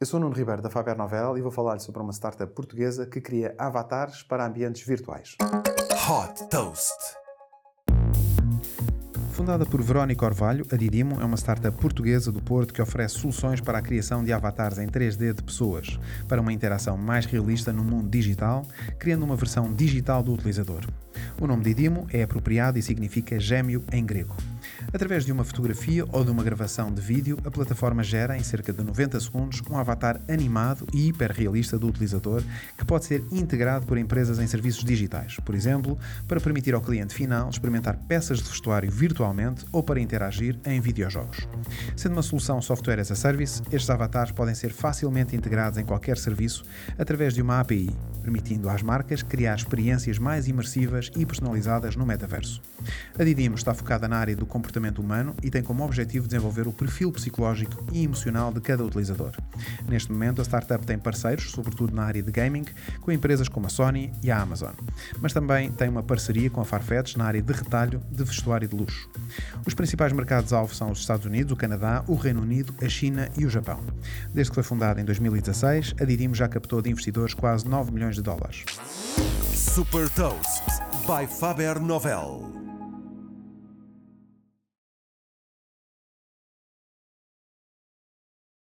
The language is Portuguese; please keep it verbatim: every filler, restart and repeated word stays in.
Eu sou o Nuno Ribeiro da Faber Novel e vou falar-lhe sobre uma startup portuguesa que cria avatares para ambientes virtuais. Hot Toast. Fundada por Verónica Orvalho, a Didimo é uma startup portuguesa do Porto que oferece soluções para a criação de avatares em três D de pessoas, para uma interação mais realista no mundo digital, criando uma versão digital do utilizador. O nome Didimo é apropriado e significa gêmeo em grego. Através de uma fotografia ou de uma gravação de vídeo, a plataforma gera, em cerca de noventa segundos, um avatar animado e hiperrealista do utilizador que pode ser integrado por empresas em serviços digitais, por exemplo, para permitir ao cliente final experimentar peças de vestuário virtualmente ou para interagir em videojogos. Sendo uma solução Software as a Service, estes avatares podem ser facilmente integrados em qualquer serviço através de uma A P I, permitindo às marcas criar experiências mais imersivas e personalizadas no metaverso. A Didimo está focada na área do comportamento humano e tem como objetivo desenvolver o perfil psicológico e emocional de cada utilizador. Neste momento, a startup tem parceiros, sobretudo na área de gaming, com empresas como a Sony e a Amazon, mas também tem uma parceria com a Farfetch na área de retalho de vestuário de luxo. Os principais mercados-alvo são os Estados Unidos, o Canadá, o Reino Unido, a China e o Japão. Desde que foi fundada em dois mil e dezasseis, a Didimo já captou de investidores quase nove milhões de dólares. Super Toast by Faber Novel.